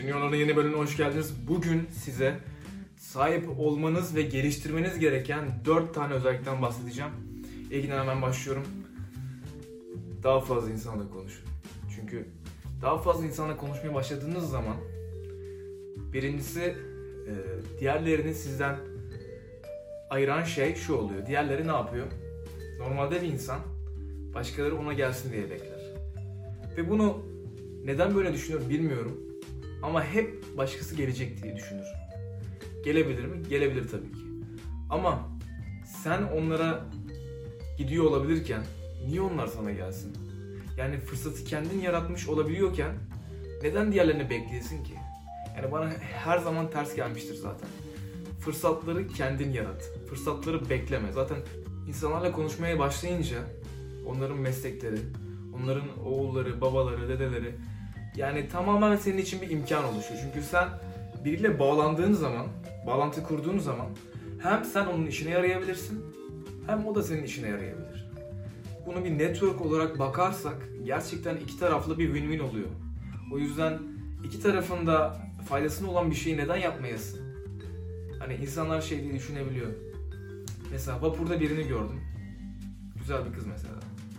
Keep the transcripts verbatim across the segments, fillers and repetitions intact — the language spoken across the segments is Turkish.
Dünyaların yeni bölümüne hoş geldiniz. Bugün size sahip olmanız ve geliştirmeniz gereken dört tane özellikten bahsedeceğim. İlkine hemen başlıyorum. Daha fazla insanla konuşun. Çünkü daha fazla insanla konuşmaya başladığınız zaman birincisi diğerlerini sizden ayıran şey şu oluyor. Diğerleri ne yapıyor? Normalde bir insan başkaları ona gelsin diye bekler. Ve bunu neden böyle düşünüyorum bilmiyorum. Ama hep başkası gelecek diye düşünür. Gelebilir mi? Gelebilir tabii ki. Ama sen onlara gidiyor olabilirken niye onlar sana gelsin? Yani fırsatı kendin yaratmış olabiliyorken neden diğerlerini bekleyesin ki? Yani bana her zaman ters gelmiştir zaten. Fırsatları kendin yarat. Fırsatları bekleme. Zaten insanlarla konuşmaya başlayınca onların meslekleri, onların oğulları, babaları, dedeleri yani tamamen senin için bir imkan oluşuyor. Çünkü sen biriyle bağlandığın zaman, bağlantı kurduğun zaman hem sen onun işine yarayabilirsin hem o da senin işine yarayabilir. Bunu bir network olarak bakarsak gerçekten iki taraflı bir win-win oluyor. O yüzden iki tarafın da faydasına olan bir şeyi neden yapmayasın? Hani insanlar şey diye düşünebiliyor. Mesela vapurda birini gördüm. Güzel bir kız mesela.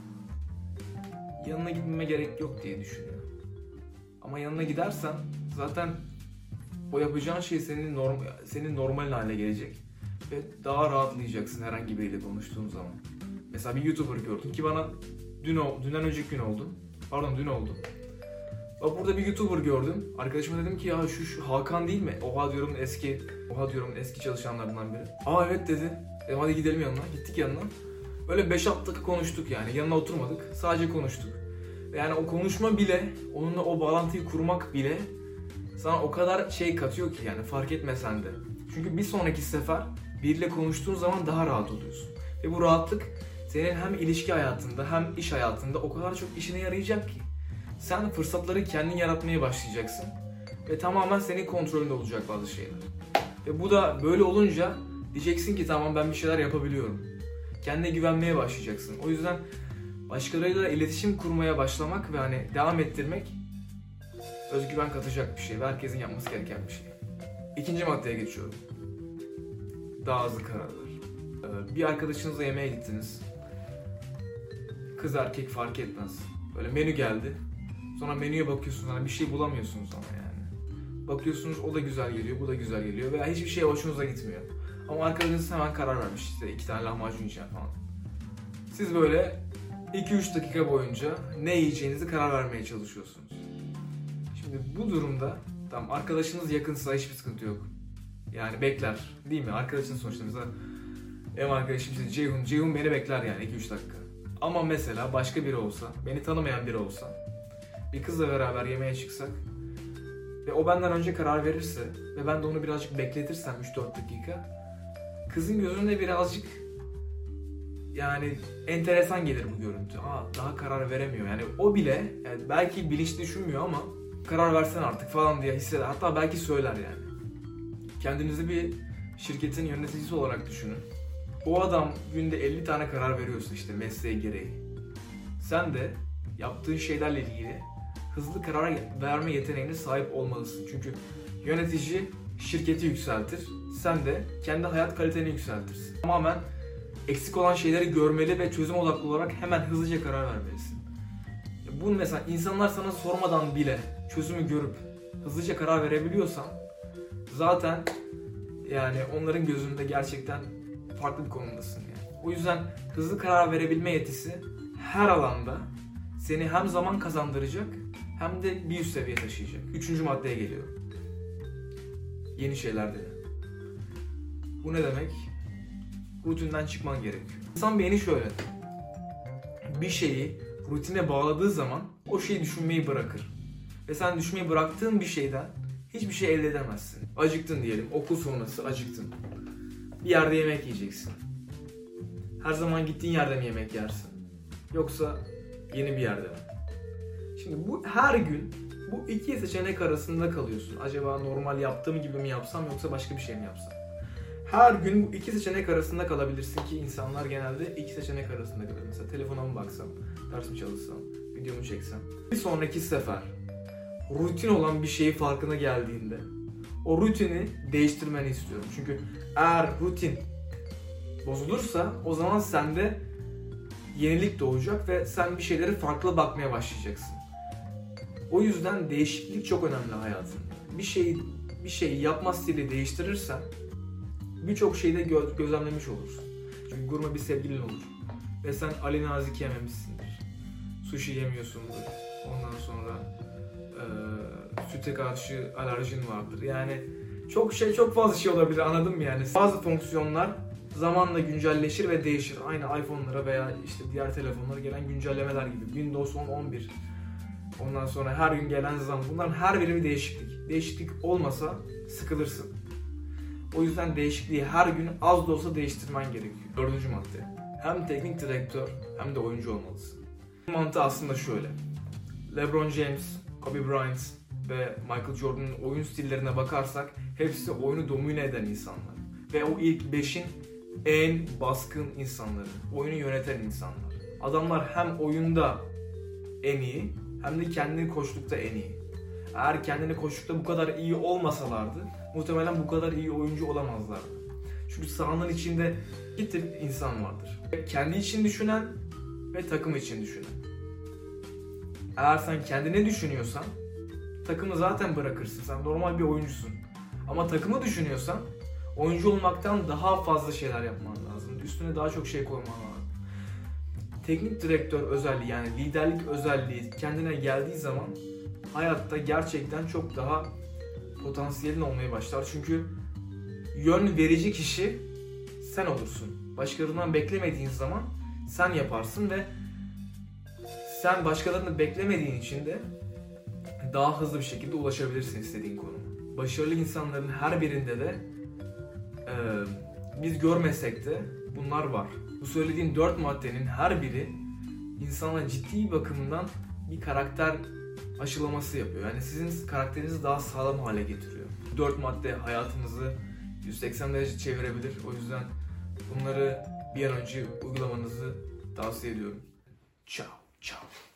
Yanına gitmeme gerek yok diye düşünüyor. Ama yanına gidersen zaten o yapacağın şey senin norm senin normal haline gelecek ve daha rahatlayacaksın herhangi biriyle konuştuğun zaman. Mesela bir YouTuber gördüm ki bana dün o dünden önceki gün oldu. Pardon dün oldu. Burada bir YouTuber gördüm. Arkadaşıma dedim ki ya şu, şu Hakan değil mi? Oha diyorum eski Oha diyorum eski çalışanlardan biri. Aa evet dedi. Dedim hadi gidelim yanına. Gittik yanına. Böyle beş altı dakika konuştuk yani. Yanına oturmadık. Sadece konuştuk. Yani o konuşma bile, onunla o bağlantıyı kurmak bile sana o kadar şey katıyor ki yani fark etmesen de. Çünkü bir sonraki sefer biriyle konuştuğun zaman daha rahat oluyorsun. Ve bu rahatlık senin hem ilişki hayatında hem iş hayatında o kadar çok işine yarayacak ki. Sen fırsatları kendin yaratmaya başlayacaksın. Ve tamamen senin kontrolünde olacak bazı şeyler. Ve bu da böyle olunca diyeceksin ki tamam ben bir şeyler yapabiliyorum. Kendine güvenmeye başlayacaksın. O yüzden başkalarıyla iletişim kurmaya başlamak ve hani devam ettirmek özgüven katacak bir şey ve herkesin yapması gereken bir şey. İkinci maddeye geçiyorum. Daha hızlı kararlar. Bir arkadaşınızla yemeğe gittiniz. Kız erkek fark etmez. Böyle menü geldi. Sonra menüye bakıyorsunuz hani bir şey bulamıyorsunuz ama yani. Bakıyorsunuz o da güzel geliyor, bu da güzel geliyor veya hiçbir şey hoşunuza gitmiyor. Ama arkadaşınız hemen karar vermiş işte iki tane lahmacun yiyeceğim falan. Siz böyle iki üç dakika boyunca ne yiyeceğinizi karar vermeye çalışıyorsunuz. Şimdi bu durumda tamam arkadaşınız yakınsa hiçbir sıkıntı yok. Yani bekler değil mi? Arkadaşınız sonuçta mesela ev arkadaşım işte Ceyhun, Ceyhun beni bekler yani iki üç dakika. Ama mesela başka biri olsa, beni tanımayan biri olsa, bir kızla beraber yemeğe çıksak ve o benden önce karar verirse ve ben de onu birazcık bekletirsem üç dört dakika kızın gözünde birazcık yani enteresan gelir bu görüntü. Aa daha karar veremiyor. Yani o bile yani belki bilinçli düşünmüyor ama karar versen artık falan diye hisseder. Hatta belki söyler yani. Kendinizi bir şirketin yöneticisi olarak düşünün. O adam günde elli tane karar veriyorsa işte mesleği gereği. Sen de yaptığın şeylerle ilgili hızlı karar verme yeteneğine sahip olmalısın. Çünkü yönetici şirketi yükseltir. Sen de kendi hayat kaliteni yükseltirsin. Tamamen eksik olan şeyleri görmeli ve çözüm odaklı olarak hemen hızlıca karar vermelisin. Bunu mesela insanlar sana sormadan bile çözümü görüp hızlıca karar verebiliyorsan zaten yani onların gözünde gerçekten farklı bir konumdasın yani. O yüzden hızlı karar verebilme yetisi her alanda seni hem zaman kazandıracak hem de bir üst seviyeye taşıyacak. Üçüncü maddeye geliyor. Yeni şeyler dene. Bu ne demek? Rutinden çıkman gerekiyor. İnsan beyni şöyle. Bir şeyi rutine bağladığı zaman o şeyi düşünmeyi bırakır. Ve sen düşünmeyi bıraktığın bir şeyden hiçbir şey elde edemezsin. Acıktın diyelim, okul sonrası acıktın. Bir yerde yemek yiyeceksin. Her zaman gittiğin yerde mi yemek yersin? Yoksa yeni bir yerde mi? Şimdi bu her gün bu iki seçenek arasında kalıyorsun. Acaba normal yaptığım gibi mi yapsam yoksa başka bir şey mi yapsam? Her gün bu iki seçenek arasında kalabilirsin ki insanlar genelde iki seçenek arasında kalır. Mesela telefona mı baksam, ders mi çalışsam, video mu çeksem. Bir sonraki sefer rutin olan bir şeyi farkına geldiğinde o rutini değiştirmeni istiyorum. Çünkü eğer rutin bozulursa o zaman sende yenilik doğacak ve sen bir şeyleri farklı bakmaya başlayacaksın. O yüzden değişiklik çok önemli hayatında. Bir şeyi bir şeyi yapma stili değiştirirsen birçok şeyi de gö- gözlemlemiş olursun. Çünkü gurme bir sevgilin olur ve sen Ali Nazik yememişsindir. Sushi yemiyorsundur. Ondan sonra e, süte karşı alerjin vardır. Yani çok şey çok fazla şey olabilir, anladın mı yani? Bazı fonksiyonlar zamanla güncelleşir ve değişir. Aynı iPhone'lara veya işte diğer telefonlara gelen güncellemeler gibi. Windows on, on bir. Ondan sonra her gün gelen zam. Bunların her biri bir değişiklik. Değişiklik olmasa sıkılırsın. O yüzden değişikliği her gün az da olsa değiştirmen gerekiyor. Dördüncü madde. Hem teknik direktör hem de oyuncu olmalısın. Mantığı aslında şöyle. LeBron James, Kobe Bryant ve Michael Jordan'ın oyun stillerine bakarsak hepsi oyunu domine eden insanlar. Ve o ilk beşin en baskın insanları. Oyunu yöneten insanlar. Adamlar hem oyunda en iyi hem de kendini koçlukta en iyi. Eğer kendini koçlukta bu kadar iyi olmasalardı muhtemelen bu kadar iyi oyuncu olamazlardı. Çünkü sahanın içinde iki tip insan vardır. Kendi için düşünen ve takım için düşünen. Eğer sen kendini düşünüyorsan takımı zaten bırakırsın. Sen normal bir oyuncusun. Ama takımı düşünüyorsan oyuncu olmaktan daha fazla şeyler yapman lazım. Üstüne daha çok şey koyman lazım. Teknik direktör özelliği, yani liderlik özelliği kendine geldiği zaman hayatta gerçekten çok daha potansiyelin olmaya başlar. Çünkü yön verici kişi sen olursun. Başkalarından beklemediğin zaman sen yaparsın ve sen başkalarını beklemediğin için de daha hızlı bir şekilde ulaşabilirsin istediğin konuma. Başarılı insanların her birinde de e, biz görmesek de bunlar var. Bu söylediğim dört maddenin her biri insana ciddi bakımdan bir karakter aşılaması yapıyor. Yani sizin karakterinizi daha sağlam hale getiriyor. Dört madde hayatınızı yüz seksen derece çevirebilir. O yüzden bunları bir an önce uygulamanızı tavsiye ediyorum. Ciao, ciao.